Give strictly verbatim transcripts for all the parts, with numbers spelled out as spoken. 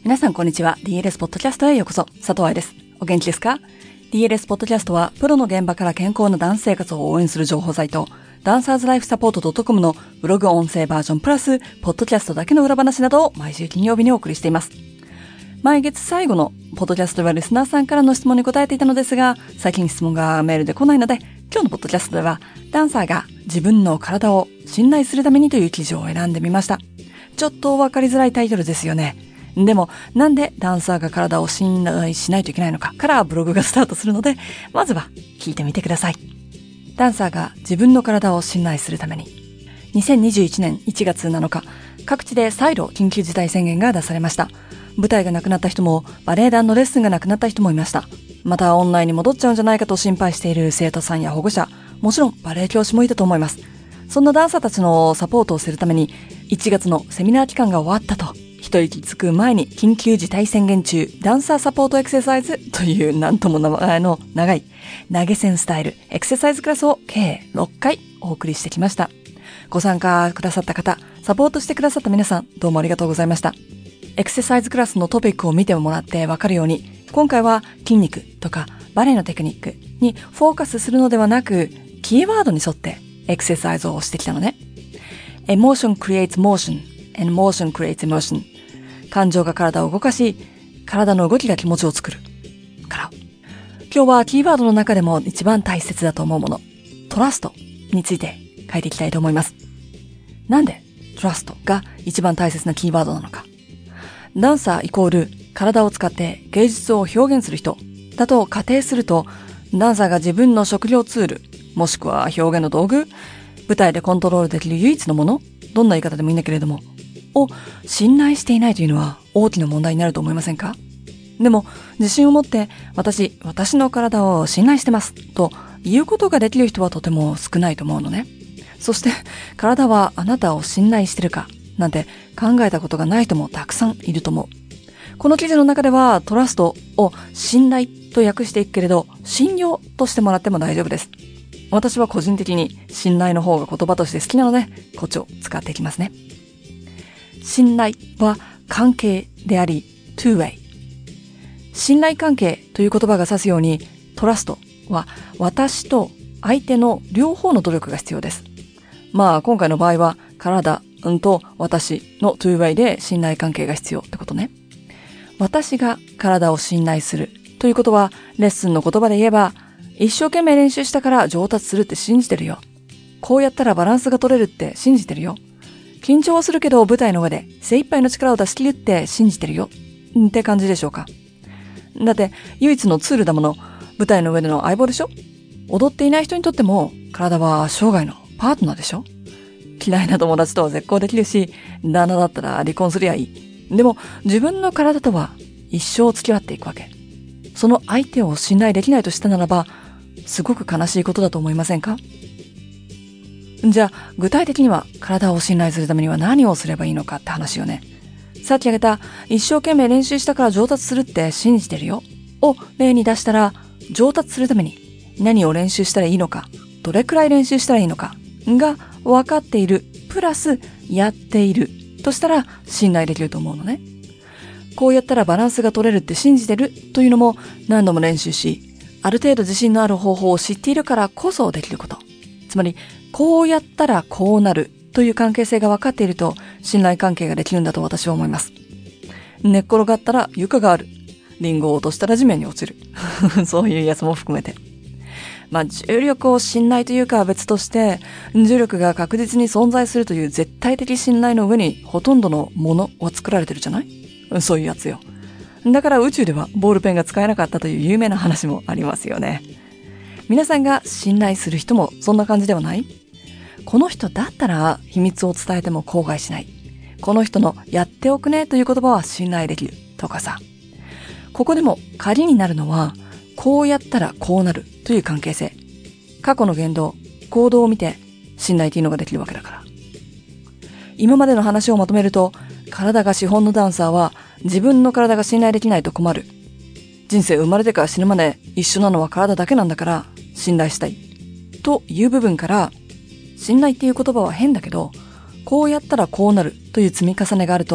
皆さんこんにちは。 ディーエルエス ポッドキャストへようこそ。佐藤愛です。お元気ですか？ ディーエルエス ポッドキャストはプロの現場から健康なダンス生活を応援する情報サイト、ダンサーズライフサポート .com のブログ音声バージョンプラスポッドキャストだけの裏話などを毎週金曜日にお送りしています。毎月最後のポッドキャストではリスナーさんからの質問に答えていたのですが、最近質問がメールで来ないので、今日のポッドキャストではダンサーが自分の体を信頼するためにという記事を選んでみました。ちょっとわかりづらいタイトルですよね。でもなんでダンサーが体を信頼しないといけないのかからブログがスタートするので、まずは聞いてみてください。ダンサーが自分の体を信頼するために。にせんにじゅういちねんいちがつなのか、各地で再度緊急事態宣言が出されました。舞台がなくなった人も、バレエ団のレッスンがなくなった人もいました。またオンラインに戻っちゃうんじゃないかと心配している生徒さんや保護者、もちろんバレエ教師もいたと思います。そんなダンサーたちのサポートをするために、いちがつのセミナー期間が終わったと一息つく前に、緊急事態宣言中ダンサーサポートエクササイズというなんとも名前の長い投げ銭スタイルエクササイズクラスを計ろっかいお送りしてきました。ご参加くださった方、サポートしてくださった皆さん、どうもありがとうございました。エクササイズクラスのトピックを見てもらってわかるように、今回は筋肉とかバレエのテクニックにフォーカスするのではなく、キーワードに沿ってエクササイズをしてきたのね。Emotion creates motion and motion creates emotion。感情が体を動かし、体の動きが気持ちを作るから。今日はキーワードの中でも一番大切だと思うもの、トラストについて書いていきたいと思います。なんでトラストが一番大切なキーワードなのか。ダンサーイコール体を使って芸術を表現する人だと仮定すると、ダンサーが自分の職業ツール、もしくは表現の道具、舞台でコントロールできる唯一のもの、どんな言い方でもいいんだけれども、を信頼していないというのは大きな問題になると思いませんか？でも自信を持って私、私の体を信頼してますと言うことができる人はとても少ないと思うのね。そして体はあなたを信頼してるかなんて考えたことがない人もたくさんいると思う。この記事の中ではトラストを信頼と訳していくけれど、信用としてもらっても大丈夫です。私は個人的に信頼の方が言葉として好きなので、こっちを使っていきますね。信頼は関係であり、two way。信頼関係という言葉が指すように、トラストは私と相手の両方の努力が必要です。まあ今回の場合は体と私の two way で信頼関係が必要ってことね。私が体を信頼するということは、レッスンの言葉で言えば、一生懸命練習したから上達するって信じてるよ。こうやったらバランスが取れるって信じてるよ。緊張はするけど舞台の上で精一杯の力を出し切るって信じてるよって感じでしょうか。だって唯一のツールだもの、舞台の上での相棒でしょ。踊っていない人にとっても体は生涯のパートナーでしょ。嫌いな友達とは絶交できるし、旦那だったら離婚すりゃいい。でも自分の体とは一生付き合っていくわけ。その相手を信頼できないとしたならば、すごく悲しいことだと思いませんか？じゃあ具体的には体を信頼するためには何をすればいいのかって話よね。さっき挙げた一生懸命練習したから上達するって信じてるよを例に出したら、上達するために何を練習したらいいのか、どれくらい練習したらいいのかが分かっているプラスやっているとしたら信頼できると思うのね。こうやったらバランスが取れるって信じてるというのも、何度も練習しある程度自信のある方法を知っているからこそできること。つまりこうやったらこうなるという関係性が分かっていると信頼関係ができるんだと私は思います。寝っ転がったら床がある。リンゴを落としたら地面に落ちる。そういうやつも含めて。まあ重力を信頼というかは別として、重力が確実に存在するという絶対的信頼の上にほとんどのものは作られてるじゃない？そういうやつよ。だから宇宙ではボールペンが使えなかったという有名な話もありますよね。皆さんが信頼する人もそんな感じではない？この人だったら秘密を伝えても口外しない。この人のやっておくねという言葉は信頼できるとかさ。ここでも鍵になるのは、こうやったらこうなるという関係性。過去の言動、行動を見て信頼というのができるわけだから。今までの話をまとめると、体が資本のダンサーは自分の体が信頼できないと困る。人生生まれてから死ぬまで一緒なのは体だけなんだから信頼したい。という部分から、信頼っていう言葉は変だけど、こうやったらこうなるという積み重ねがあると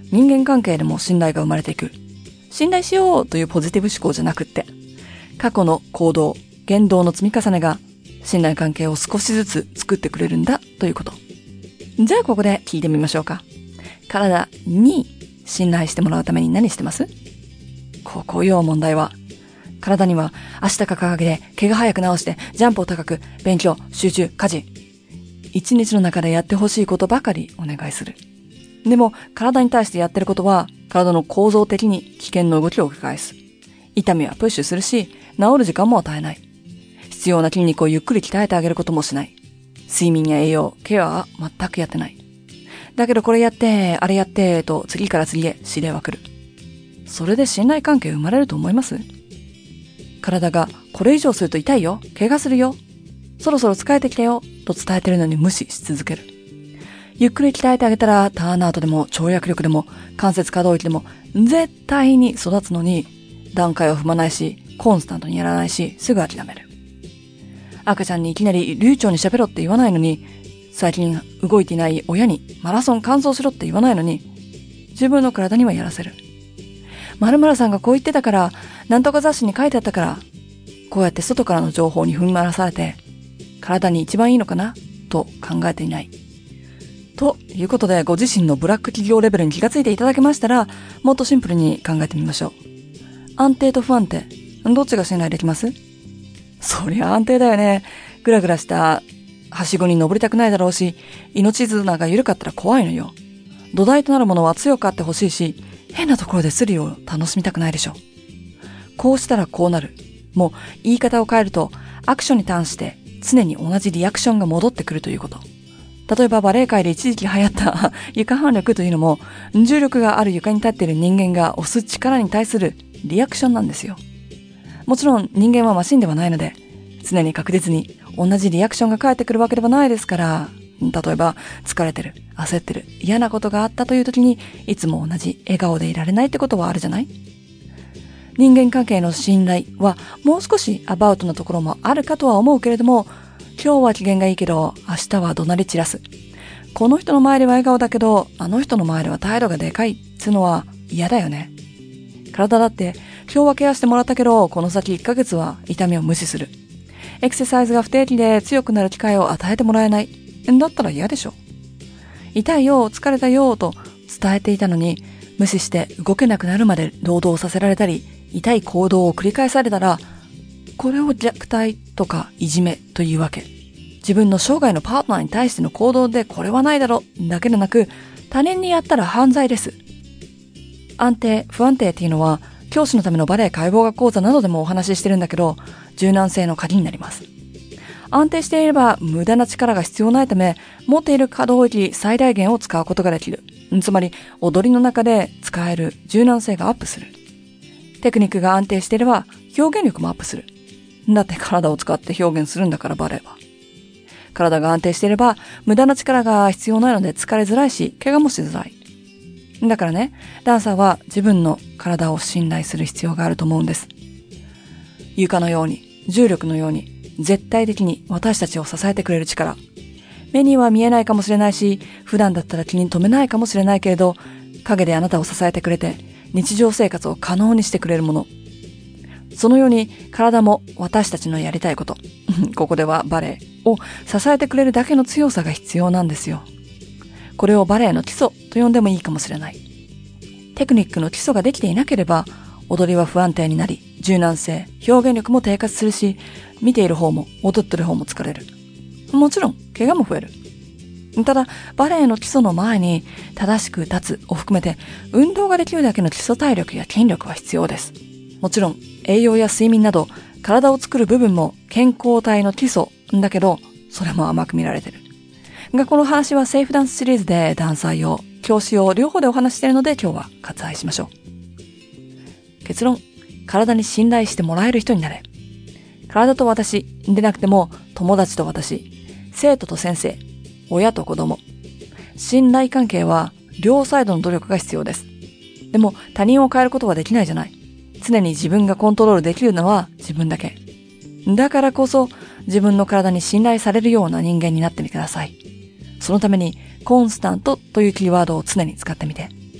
人間関係でも信頼が生まれていく。信頼しようというポジティブ思考じゃなくって、過去の行動、言動の積み重ねが信頼関係を少しずつ作ってくれるんだということ。じゃあここで聞いてみましょうか。体に信頼してもらうために何してます？ここよ問題は。体には明日か掲げで毛が早く治してジャンプを高く勉強、集中、家事。一日の中でやってほしいことばかりお願いする。でも体に対してやってることは体の構造的に危険な動きを繰り返す。痛みはプッシュするし、治る時間も与えない。必要な筋肉をゆっくり鍛えてあげることもしない。睡眠や栄養、ケアは全くやってない。だけどこれやって、あれやって、と次から次へ指令は来る。それで信頼関係生まれると思います？体がこれ以上すると痛いよ、怪我するよ、そろそろ疲れてきたよ、と伝えてるのに無視し続ける。ゆっくり鍛えてあげたらターンアウトでも跳躍力でも関節可動域でも絶対に育つのに、段階を踏まないし、コンスタントにやらないし、すぐ諦める。赤ちゃんにいきなり流暢に喋ろって言わないのに、最近動いていない親にマラソン完走しろって言わないのに、自分の体にはやらせる。〇〇さんがこう言ってたから、なんとか雑誌に書いてあったから、こうやって外からの情報に踏ん張らされて、体に一番いいのかなと考えていない。ということで、ご自身のブラック企業レベルに気がついていただけましたら、もっとシンプルに考えてみましょう。安定と不安定、どっちが信頼できます？そりゃ安定だよね。ぐらぐらしたはしごに登りたくないだろうし、命綱が緩かったら怖いのよ。土台となるものは強くあってほしいし、変なところでスリルを楽しみたくないでしょ。こうしたらこうなる。もう言い方を変えると、アクションに関して常に同じリアクションが戻ってくるということ。例えばバレエ界で一時期流行った床反力というのも、重力がある床に立っている人間が押す力に対するリアクションなんですよ。もちろん人間はマシンではないので、常に確実に同じリアクションが返ってくるわけではないですから、例えば疲れてる、焦ってる、嫌なことがあったという時に、いつも同じ笑顔でいられないってことはあるじゃない？人間関係の信頼はもう少しアバウトなところもあるかとは思うけれども、今日は機嫌がいいけど明日は怒鳴り散らす。この人の前では笑顔だけど、あの人の前では態度がでかいってのは嫌だよね。体だって今日はケアしてもらったけど、この先いっかげつは痛みを無視する。エクササイズが不定期で強くなる機会を与えてもらえない。だったら嫌でしょ。痛いよ、疲れたよと伝えていたのに、無視して動けなくなるまで労働させられたり、痛い行動を繰り返されたら、これを虐待とかいじめというわけ。自分の生涯のパートナーに対しての行動でこれはないだろだけでなく、他人にやったら犯罪です。安定、不安定っていうのは、教師のためのバレエ解剖学講座などでもお話ししてるんだけど、柔軟性の鍵になります。安定していれば無駄な力が必要ないため、持っている可動域最大限を使うことができる。つまり、踊りの中で使える柔軟性がアップする。テクニックが安定していれば、表現力もアップする。だって体を使って表現するんだからバレエは。体が安定していれば、無駄な力が必要ないので疲れづらいし、怪我もしづらい。だからね、ダンサーは自分の体を信頼する必要があると思うんです。床のように、重力のように、絶対的に私たちを支えてくれる力。目には見えないかもしれないし、普段だったら気に留めないかもしれないけれど、陰であなたを支えてくれて、日常生活を可能にしてくれるもの。そのように体も私たちのやりたいこと、ここではバレエを支えてくれるだけの強さが必要なんですよ。これをバレエの基礎と呼んでもいいかもしれない。テクニックの基礎ができていなければ、踊りは不安定になり、柔軟性、表現力も低下するし、見ている方も踊ってる方も疲れる。もちろん、怪我も増える。ただ、バレエの基礎の前に、正しく立つを含めて、運動ができるだけの基礎体力や筋力は必要です。もちろん、栄養や睡眠など、体を作る部分も健康体の基礎だけど、それも甘く見られてる。が、この話はセーフダンスシリーズでダンサー用、教師用両方でお話しているので、今日は割愛しましょう。結論、体に信頼してもらえる人になれ。体と私でなくても、友達と私、生徒と先生、親と子供。信頼関係は両サイドの努力が必要です。でも他人を変えることはできないじゃない。常に自分がコントロールできるのは自分だけ。だからこそ自分の体に信頼されるような人間になってみてください。そのためにコンスタントというキーワードを常に使ってみて。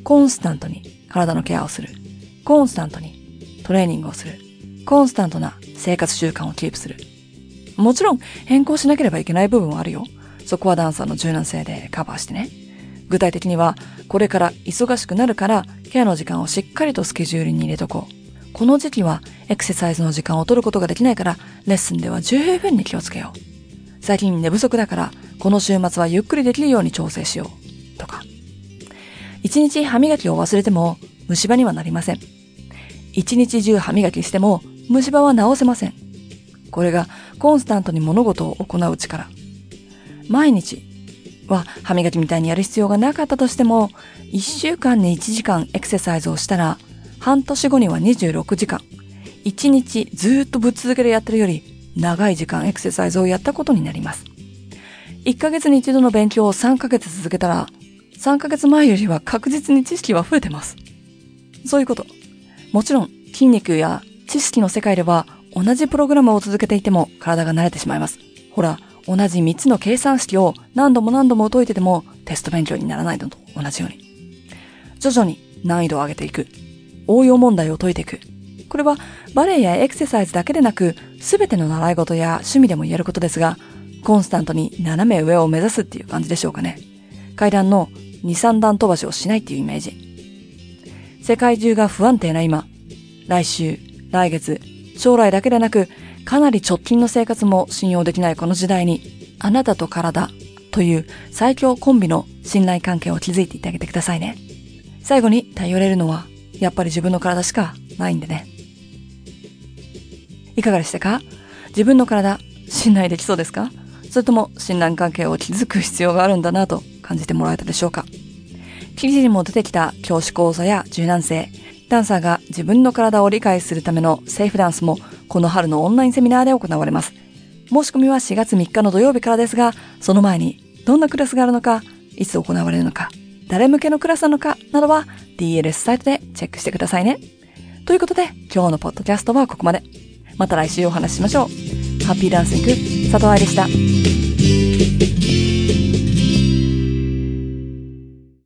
コンスタントに体のケアをする。コンスタントにトレーニングをする。コンスタントな生活習慣をキープする。もちろん変更しなければいけない部分はあるよ。そこはダンサーの柔軟性でカバーしてね。具体的には、これから忙しくなるからケアの時間をしっかりとスケジュールに入れとこう。この時期はエクササイズの時間を取ることができないから、レッスンでは十分に気をつけよう。最近寝不足だから、この週末はゆっくりできるように調整しよう。とか。一日歯磨きを忘れても虫歯にはなりません。一日中歯磨きしても虫歯は治せません。これがコンスタントに物事を行う力。毎日は歯磨きみたいにやる必要がなかったとしても、一週間にいちじかんエクササイズをしたら、半年後にはにじゅうろくじかん。一日ずっとぶっ続けでやってるより、長い時間エクササイズをやったことになります。いっかげつに一度の勉強をさんかげつ続けたら、さんかげつまえよりは確実に知識は増えてます。そういうこと。もちろん筋肉や知識の世界では同じプログラムを続けていても体が慣れてしまいます。ほら、同じみっつの計算式を何度も何度も解いててもテスト勉強にならないのと同じように。徐々に難易度を上げていく。応用問題を解いていく。これはバレエやエクササイズだけでなく、すべての習い事や趣味でも言えることですが、コンスタントに斜め上を目指すっていう感じでしょうかね。階段のに、さんだん飛ばしをしないっていうイメージ。世界中が不安定な今、来週、来月、将来だけでなく、かなり直近の生活も信用できないこの時代に、あなたと体という最強コンビの信頼関係を築いていってあげてくださいね。最後に頼れるのは、やっぱり自分の体しかないんでね。いかがでしたか？自分の体、信頼できそうですか？それとも信頼関係を築く必要があるんだなと感じてもらえたでしょうか？記事にも出てきた教師講座や柔軟性、ダンサーが自分の体を理解するためのセーフダンスもこの春のオンラインセミナーで行われます。申し込みはしがつみっかの土曜日からですが、その前にどんなクラスがあるのか、いつ行われるのか、誰向けのクラスなのかなどは ディーエルエス サイトでチェックしてくださいね。ということで今日のポッドキャストはここまで。また来週お話ししましょう。ハッピーダンシング佐藤愛でした。